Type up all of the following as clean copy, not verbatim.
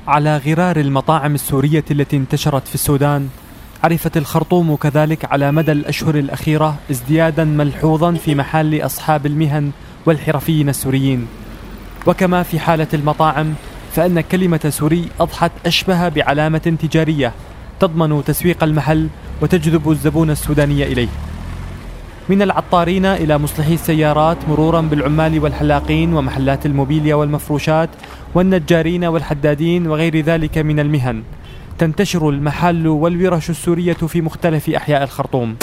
على غرار المطاعم السورية التي انتشرت في السودان، عرفت الخرطوم كذلك على مدى الأشهر الأخيرة ازديادا ملحوظا في محل أصحاب المهن والحرفيين السوريين. وكما في حالة المطاعم، فإن كلمة سوري أضحت أشبه بعلامة تجارية تضمن تسويق المحل وتجذب الزبون السوداني إليه، من العطارين إلى مصلحي السيارات، مرورا بالعمال والحلاقين ومحلات الموبيليا والمفروشات والنجارين والحدادين وغير ذلك من المهن. تنتشر المحال والورش السورية في مختلف أحياء الخرطوم.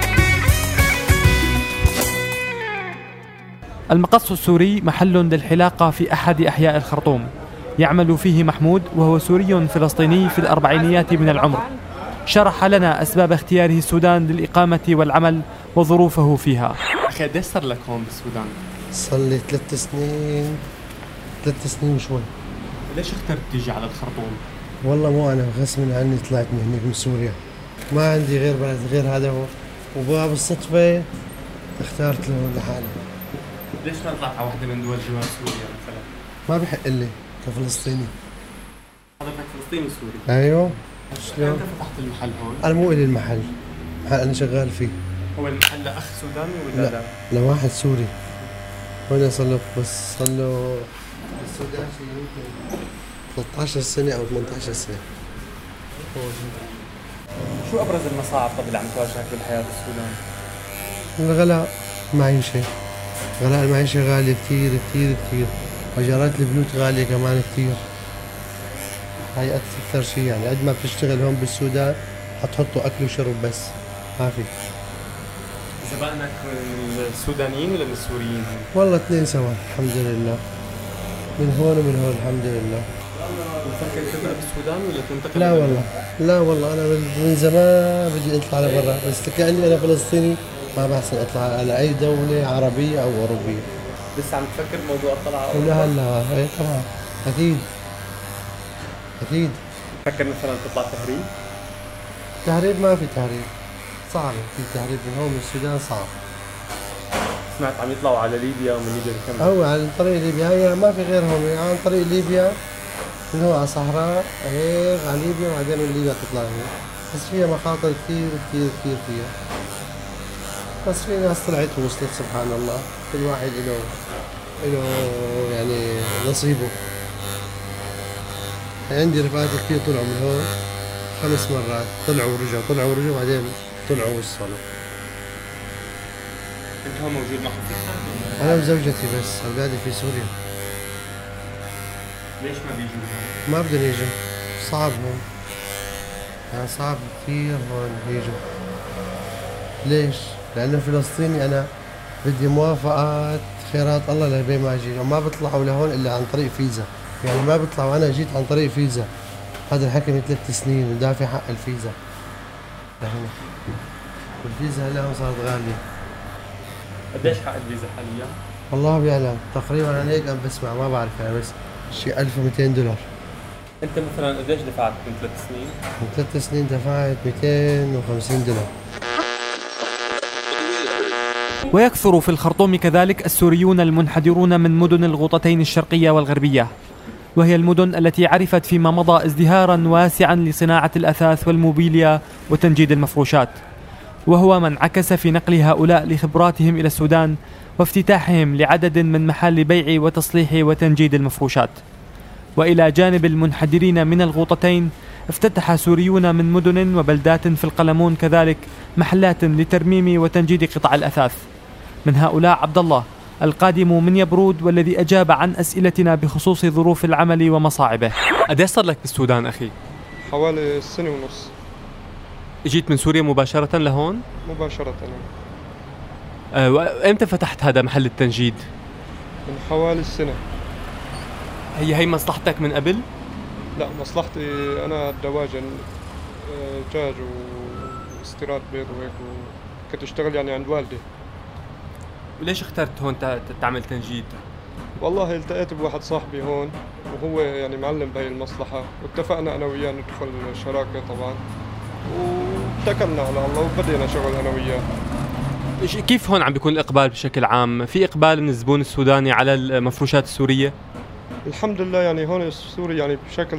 المقص السوري محل للحلاقة في أحد أحياء الخرطوم، يعمل فيه محمود وهو سوري فلسطيني في الأربعينيات من العمر. شرح لنا أسباب اختياره السودان للإقامة والعمل وظروفه فيها. أخي قديش صار لك هون بالسودان؟ صار لي 3 سنين 3 سنين وشوي. ليش اخترت تيجي على الخرطوم؟ والله مو أنا، غصب عني طلعت من هناك من سوريا، ما عندي غير بلد غير هذا هو، وباب الصدفة اخترت له لحالي. ليش ما طلعت على واحدة من دول جوار سوريا مثلا؟ ما بحق لي كفلسطيني. حضرتك فلسطيني سوري؟ ايوه. شلون؟ انت فتحت المحل هون؟ انا مو الي المحل انا شغال فيه. هو المحل لأخ سوداني ولا لا؟ لواحد سوري. هون صار له بس صار له بالسودان شيء يمكن 13 سنة أو 18 سنة. شو أبرز المصاعب طب اللي عم تواجهك بالحياة بالسودان؟ الغلاء، المعيشة، غلاء المعيشة غالية كتير كتير كتير، وإيجارات البيوت غالية كمان كتير. هاي أكثر شيء، يعني قد ما بتشتغل هون بالسودان حتحطوا أكل وشرب بس، ما في. زبائنك من السودانيين ولا من السوريين؟ والله اثنين سوا الحمد لله، من هون ومن هون الحمد لله. بتفكر تبقى بالسودان ولا تنتقل؟ لا والله، لا والله أنا من زمان بدي أطلع لبرا، بس كأني أنا فلسطيني ما بحسن أطلع على أي دولة عربية أو أوروبية. لسه عم تفكر بموضوع الطلعة؟ ولا هلا إيه طبعا أكيد أكيد. تفكر مثلا تطلع تهريب؟ تهريب ما في تهريب، صعب في تهريب من هون من السودان صعب. سمعت عم يطلعوا على ليبيا ومن ليبيا لكم؟ هو عن طريق ليبيا، هي ما في غيرهم، يعني عن طريق ليبيا من هون على صحراء هيك على ليبيا، وبعدين من ليبيا تطلع هيك. بس فيها مخاطر كثير كثير كثير فيها، بس في ناس طلعت ووصلت سبحان الله، كل واحد له يعني نصيبه. عندي رفقاتي كثير طلعوا من هون 5 مرات، طلعوا ورجعوا بعدين طلعوا وصلوا. انت هون موجود معك؟ انا وزوجتي بس، اولادي في سوريا. ليش ما بيجوا؟ ما بدهم يجوا، صعب هون، يعني صعب كثير هون يجوا. ليش؟ لأنه فلسطيني، أنا بدي موافقات خيرات الله لبين ما أجي، وما بيطلعوا لهون إلا عن طريق فيزا، يعني ما بيطلعوا. أنا جيت عن طريق فيزا، هذا الحكي من 3 سنين ودافع حق الفيزا لهنا، والفيزا هلا هون صارت غالية. قديش حق الفيزا حاليا؟ الله بيعلم، تقريبا أنا هيك عم بسمع، ما بعرف يعني، بس شيء $1200. أنت مثلا قديش دفعت من 3 سنين؟ من 3 سنين دفعت $250. ويكثر في الخرطوم كذلك السوريون المنحدرون من مدن الغوطتين الشرقية والغربية، وهي المدن التي عرفت فيما مضى ازدهارا واسعا لصناعة الأثاث والموبيليا وتنجيد المفروشات، وهو ما انعكس في نقل هؤلاء لخبراتهم إلى السودان وافتتاحهم لعدد من محال بيع وتصليح وتنجيد المفروشات. وإلى جانب المنحدرين من الغوطتين، افتتح سوريون من مدن وبلدات في القلمون كذلك محلات لترميم وتنجيد قطع الأثاث. من هؤلاء عبد الله القادم من يبرود، والذي أجاب عن أسئلتنا بخصوص ظروف العمل ومصاعبه. قديش صار لك بالسودان أخي؟ حوالي 1.5 سنة. جيت من سوريا مباشرة لهون؟ مباشرة. وإمتى فتحت هذا محل التنجيد؟ من حوالي سنة. هي مصلحتك من قبل؟ لا، مصلحتي أنا دواجن، دجاج واستيراد بيض وهيك، كنت أشتغل يعني عند والدي. وليش اخترت هون تعمل تنجيد؟ والله التقيت بواحد صاحبي هون، وهو يعني معلم بهي المصلحة، واتفقنا أنا وياه ندخل شراكة طبعا، واتكلنا على الله وبدينا شغل أنا وياه. كيف هون عم بيكون الإقبال بشكل عام؟ في إقبال من الزبون السوداني على المفروشات السورية؟ الحمد لله يعني هون السوري يعني بشكل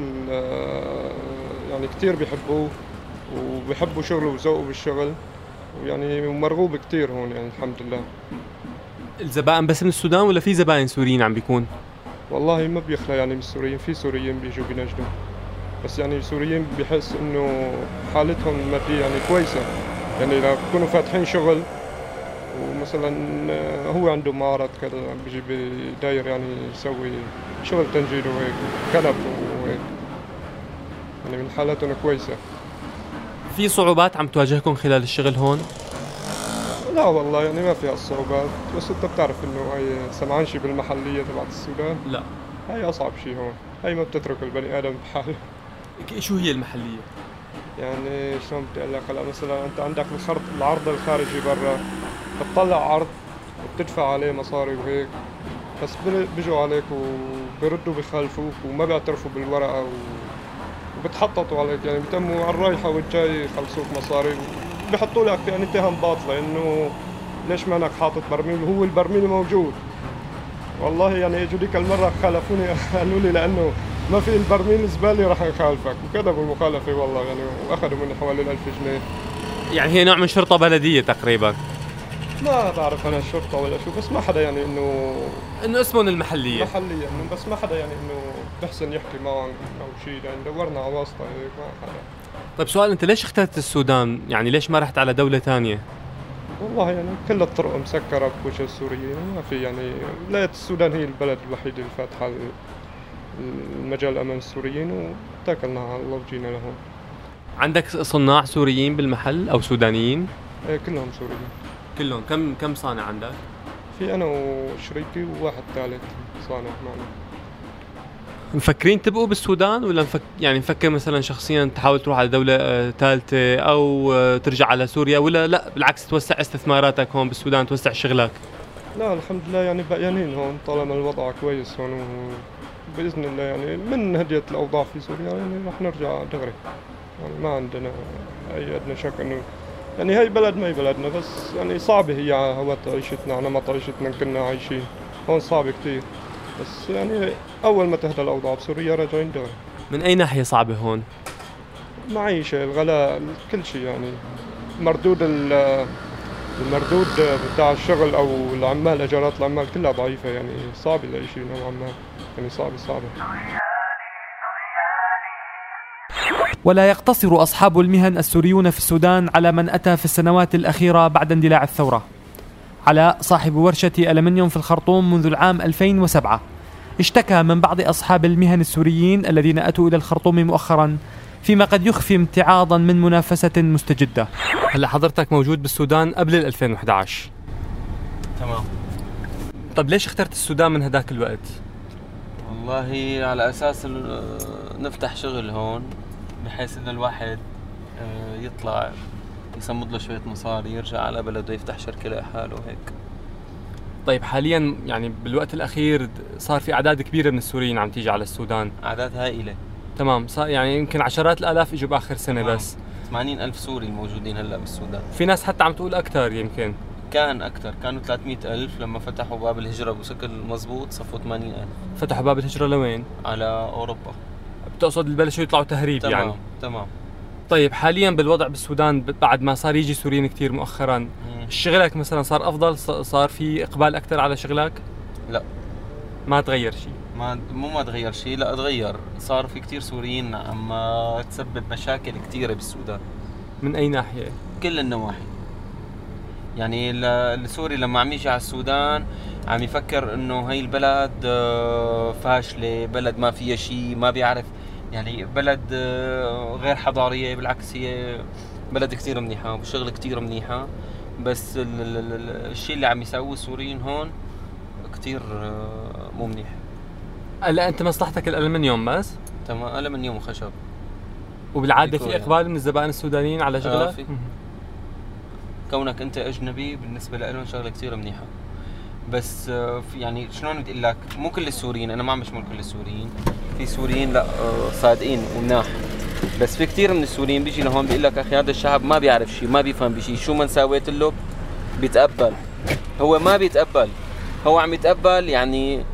يعني كتير بيحبوه وبيحبوا شغله وذوقه بالشغل، ويعني مرغوب كتير هون يعني الحمد لله. الزبائن بس من السودان ولا في زبائن سوريين عم بيكون؟ والله ما بيخلى يعني من السوريين، في سوريين بيجوا بينجدوا، بس يعني سوريين بحس انه حالتهم المادية يعني كويسة، يعني لو بيكونوا فاتحين شغل ومثلا هو عنده معرض كذا بيجي بداير يعني يسوي شغل تنجيد وهيك كنب وهيك، يعني من حالاتهم كويسة. في صعوبات عم تواجهكم خلال الشغل هون؟ لا والله يعني ما فيها الصعوبات، بس انت بتعرف انه هي سمعان شي بالمحلية تبعت السودان؟ لا، هي اصعب شي هون، هي ما بتترك البني ادم بحاله. شو هي المحلية؟ يعني شلون بدي اقول لك، هلا مثلا انت عندك العرض الخارجي برا، بتطلع عرض وبتدفع عليه مصاري وهيك، بس بيجوا عليك وبيردوا بيخالفوك وما بيعترفوا بالورقة وبتحططوا عليك، يعني بتموا على الرايحة والجاي يخلصوك مصاري وبيحطوا لك يعني تهم باطلة انه ليش مانك حاطط برميل وهو البرميل موجود. والله يعني اجوا ديك المرة خالفوني قالوا لي لانه ما في البرميل زبالة راح نخالفك، وكذبوا المخالفة والله يعني، واخذوا مني حوالي 1000 جنيه. يعني هي نوع من شرطة بلدية تقريبا؟ ما بعرف انا الشرطة ولا شو، بس ما حدا يعني انه اسمهم المحلية محلية انه، بس ما حدا يعني انه بحسن يحكي معهم او شيء، يعني دورنا على واسطة هيك ما حدا. طيب سؤال، انت ليش اخترت السودان؟ يعني ليش ما رحت على دولة تانية؟ والله يعني كل الطرق مسكرة بوجه السوريين، ما في يعني، لقيت السودان هي البلد الوحيد اللي فاتحة المجال امام السوريين، واتكلنا على الله وجينا لهون. عندك صناع سوريين بالمحل او سودانيين؟ ايه كلهم سوريين. كلهم. كم صانع عندك؟ في انا وشريكي وواحد ثالث صانع معنا. مفكرين تبقوا بالسودان ولا يعني مفكر مثلا شخصيا تحاول تروح على دولة ثالثة او ترجع على سوريا، ولا لا بالعكس توسع استثماراتك هون بالسودان توسع شغلك؟ لا الحمد لله يعني بقيانين هون طالما الوضع كويس هون، وبإذن الله يعني من هدية الأوضاع في سوريا يعني رح نرجع دغري، يعني ما عندنا أي أدنى شك إنه يعني هي بلد ما هي بلدنا، بس يعني صعبة هي هو عيشتنا على ما عيشتنا كنا عايشين هون صعبة كتير، بس يعني أول ما تهدى الأوضاع بسوريا راجعين دغري. من أي ناحية صعبة هون؟ المعيشة، الغلاء، كل شيء يعني، المردود بتاع الشغل أو العمال، إيجارات العمال كلها ضعيفة، يعني صعب العيش نوعا ما، يعني صعبة. ولا يقتصر أصحاب المهن السوريون في السودان على من أتى في السنوات الأخيرة بعد اندلاع الثورة. علاء صاحب ورشة ألمنيوم في الخرطوم منذ العام 2007 اشتكى من بعض أصحاب المهن السوريين الذين أتوا إلى الخرطوم مؤخرا، فيما قد يخفي امتعاضا من منافسة مستجدة. هلا حضرتك موجود بالسودان قبل 2011؟ تمام. طب ليش اخترت السودان من هداك الوقت؟ والله على أساس نفتح شغل هون، بحيث إن الواحد يطلع يصمد له شوية مصاري يرجع على بلده يفتح شركة لحاله وهيك. طيب حاليا يعني بالوقت الأخير صار في أعداد كبيرة من السوريين عم تيجي على السودان. أعداد هائلة. تمام، صار يعني يمكن عشرات الآلاف إجوا بآخر سنة. تمام. بس 80,000 سوري الموجودين هلأ بالسودان. في ناس حتى عم تقول أكثر، يمكن كان أكثر، كانوا 300,000 لما فتحوا باب الهجرة بشكل مضبوط، صفوا 80,000. فتحوا باب الهجرة لوين؟ على أوروبا. بتقصد بلشوا يطلعوا تهريب؟ تمام. يعني تمام. طيب حاليا بالوضع بالسودان بعد ما صار يجي سوريين كتير مؤخرا، شغلك مثلا صار أفضل؟ صار في إقبال أكثر على شغلك؟ لا، ما تغير شيء. ما تغير شيء، لا تغير، صار في كتير سوريين عم تسبب مشاكل كتيرة بالسودان. من أي ناحية؟ كل النواحي. يعني السوري لما عم يجي على السودان عم يفكر انه هاي البلد فاشلة، بلد ما فيها شيء، ما بيعرف، يعني بلد غير حضارية. بالعكس هي بلد كتير منيحة وشغل كتير منيحة، بس الشيء اللي عم يسويه السوريين هون كتير مو منيح. لا أنت مصلحتك الألمنيوم بس؟ تمام، ألمنيوم وخشب. وبالعادة في إقبال من الزبائن السودانيين على شغلك؟ كونك أنت أجنبي بالنسبة لهم شغلة كتير منيحة، بس يعني شلون بدي اقول لك، مو كل السوريين، انا ما عم بشمل كل السوريين، في سوريين لا صادقين ومناح، بس في كثير من السوريين بيجي لهون بيقول لك اخي هذا الشعب ما بيعرف شيء، ما بيفهم بشيء، شو ما سويت له بيتقبل. هو ما بيتقبل، هو عم يتقبل يعني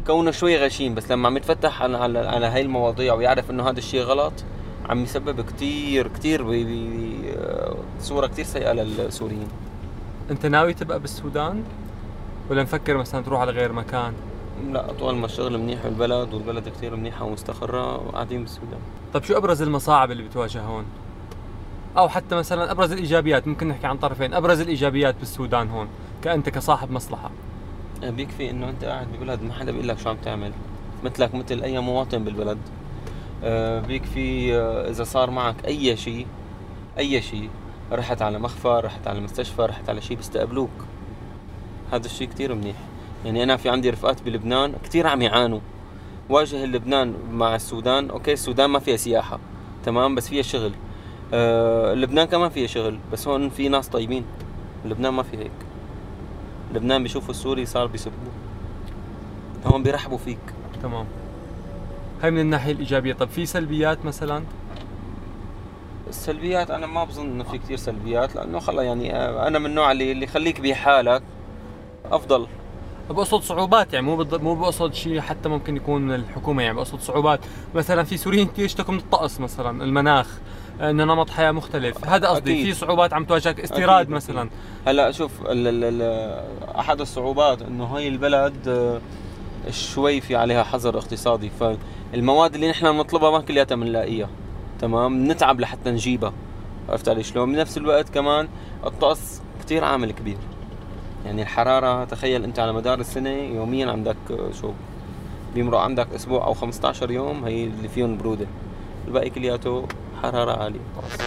كونه شوي غشيم، بس لما عم يتفتح على هاي المواضيع ويعرف انه هذا الشيء غلط عم يسبب كتير صورة كتير سيئة للسوريين. انت ناوي تبقى بالسودان ولا نفكر مثلا تروح على غير مكان؟ لا، طول ما الشغل منيح بالبلد والبلد كتير منيحة ومستقرة وقاعدين بالسودان. طب شو ابرز المصاعب اللي بتواجه هون؟ او حتى مثلا ابرز الايجابيات، ممكن نحكي عن طرفين، ابرز الايجابيات بالسودان هون كأنت كصاحب مصلحة. بيكفي انه انت قاعد ببلد ما حدا بيقول لك شو عم تعمل، مثلك مثل اي مواطن بالبلد. بيكفي اذا صار معك اي شيء، رحت على مخفى، رحت على مستشفى، رحت على شيء، بيستقبلوك. هذا الشيء كتير منيح. يعني انا في عندي رفقات بلبنان كتير عم يعانوا. واجه لبنان مع السودان، اوكي السودان ما فيها سياحة تمام بس فيها شغل. لبنان كمان فيها شغل، بس هون في ناس طيبين. لبنان ما في هيك. لبنان بيشوفوا السوري صار بيسبوه، هون بيرحبوا فيك. تمام، هاي من الناحية الإيجابية. طب في سلبيات مثلا؟ السلبيات أنا ما بظن إنه في كتير سلبيات، لأنه خلا يعني أنا من النوع اللي خليك بحالك أفضل. بقصد صعوبات، يعني مو بقصد شيء حتى ممكن يكون من الحكومة، يعني بقصد صعوبات. مثلا في سوريين كتير يشتكوا من الطقس مثلا، المناخ، إنه نمط حياة مختلف. هذا قصدي، في صعوبات عم تواجهك، استيراد أكيد. مثلا هلا شوف أحد الصعوبات إنه هاي البلد شوي في عليها حظر اقتصادي، فالمواد اللي نحن بنطلبها ما كلياتها بنلاقيها تمام، نتعب لحتى نجيبها. عرفت علي شلون؟ بنفس الوقت كمان الطقس كتير عامل كبير. يعني الحرارة، تخيل انت على مدار السنة يوميا عندك شو بيمرق عندك اسبوع او 15 يوم هي اللي فيهم برودة، الباقي كلياته حرارة عالية.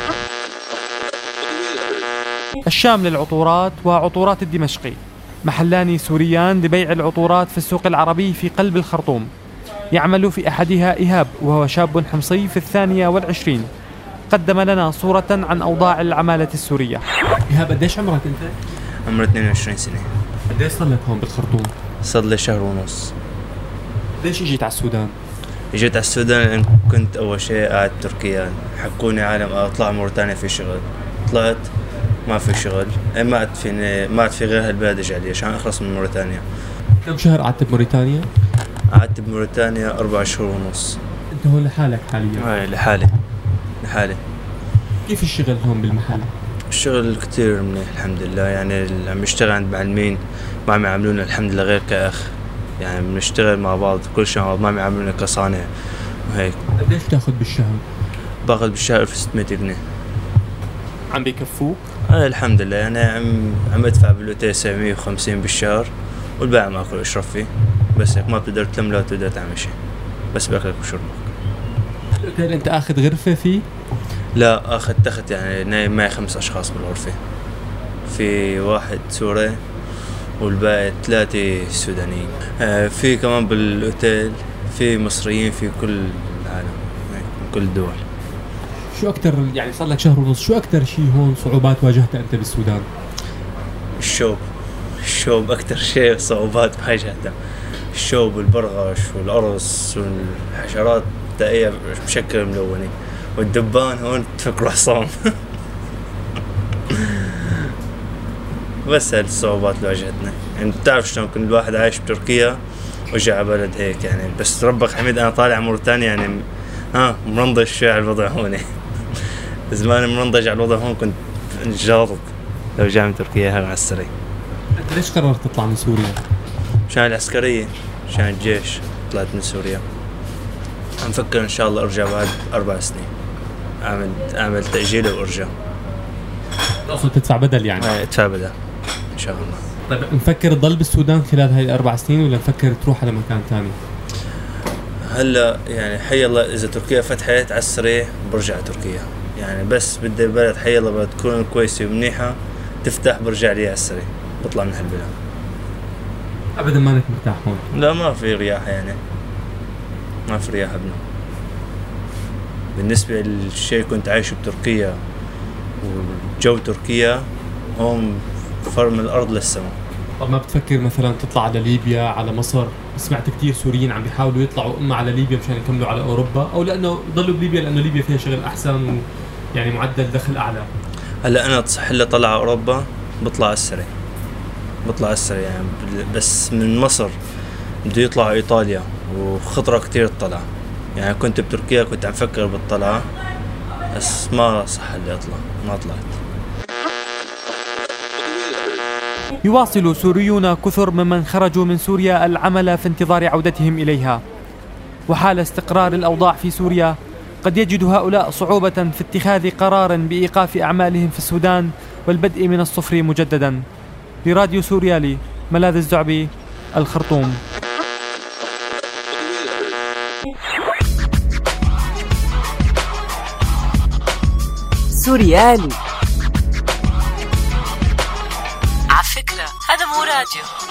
الشام للعطورات وعطورات الدمشقي، محلان سوريان لبيع العطورات في السوق العربي في قلب الخرطوم. يعمل في أحدها إيهاب، وهو شاب حمصي في 22. قدم لنا صورة عن أوضاع العمالة السورية. إيهاب، قديش عمرك أنت؟ عمري 22 سنة. قديش صار لك هون بالخرطوم؟ صار لي شهر ونص. ليش اجيت على السودان؟ اجيت على السودان لأن كنت أول شيء قاعد بتركيا، حكوني عالم أطلع موريتانيا في شغل. طلعت ما في شغل، ما عاد في غير هالبلد اجي علي عشان أخلص من موريتانيا. كم شهر قعدت بموريتانيا؟ قعدت بموريتانيا 4 شهور ونص. أنت هون لحالك حاليا؟ لحالي. كيف الشغل هون بالمحل؟ الشغل كتير منيح الحمد لله، يعني عم بشتغل عند معلمين ما عم يعاملونا الحمد لله غير كأخ، يعني بنشتغل مع بعض كل شيء، ما عم يعاملونا كصانع وهيك. قديش تاخذ بالشهر؟ باخذ بالشهر 1600 جنيه. عم بيكفوك؟ الحمد لله، يعني عم ادفع بالاوتيل 750 بالشهر، والباقي ما اكل واشرب فيه، بس هيك ما بتقدر تلم لا تقدر تعمل شيء، بس باكلك وشربك. الاوتيل انت اخذ غرفة فيه؟ لا، اخذت يعني نايم معي 5 اشخاص بالغرفة، في 1 سوري والباقي 3 سودانيين. في كمان بالاوتيل في مصريين في كل العالم، من كل الدول. شو اكثر، يعني صار لك شهر ونص، شو اكثر شيء هون صعوبات واجهتها انت بالسودان؟ الشوب اكثر شيء صعوبات واجهتها، الشوب والبرغش والقرص والحشرات تلاقيها بشكل ملوني، والدبان هون تفكروا حصان. بس هاي الصعوبات اللي واجهتنا، يعني بتعرف شلون كنت الواحد عايش بتركيا وجا على بلد هيك، يعني بس ربك حميد انا طالع موريتانيا يعني مرنضج شوي على الوضع هون. زمان مرنضج على الوضع هون، كنت جاضب لو جاي من تركيا هاي على السريع. انت ليش قررت تطلع من سوريا؟ مشان العسكرية، مشان الجيش طلعت من سوريا. عم فكر ان شاء الله ارجع بعد 4 سنين، اعمل تأجيل وارجع. تقصد تدفع بدل يعني؟ ادفع بدل ان شاء الله. طيب مفكر تضل بالسودان خلال هاي 4 سنين ولا مفكر تروح على مكان ثاني؟ هلا يعني حي الله اذا تركيا فتحت على السريع برجع على تركيا، يعني بس بدي بلد حي الله بدها تكون كويسه ومنيحه تفتح برجع لي على السريع، بطلع من هالبلد. ابدا مانك مرتاح هون؟ لا، ما في رياح، يعني ما في رياح ابدا. بالنسبه للشيء كنت عايش بتركيا وجو تركيا هون فرق من الارض للسماء. طب ما بتفكر مثلا تطلع على ليبيا، على مصر؟ سمعت كتير سوريين عم بيحاولوا يطلعوا اما على ليبيا مشان يكملوا على اوروبا، او لانه ضلوا بليبيا لانه ليبيا فيها شغل احسن ويعني معدل دخل اعلى. هلا انا تصح لي طلع اوروبا بطلع على السريع يعني، بس من مصر بده يطلع إيطاليا وخطرة كتير الطلعة. يعني كنت بتركيا كنت عم فكر بالطلعة بس ما صح اللي أطلع، ما طلعت. يواصل سوريون كثر ممن خرجوا من سوريا العمل في انتظار عودتهم إليها، وحال استقرار الأوضاع في سوريا قد يجد هؤلاء صعوبة في اتخاذ قرار بإيقاف أعمالهم في السودان والبدء من الصفر مجددا. لراديو سوريالي، ملاذ الزعبي، الخرطوم. سوريالي على فكرة هذا مو راديو.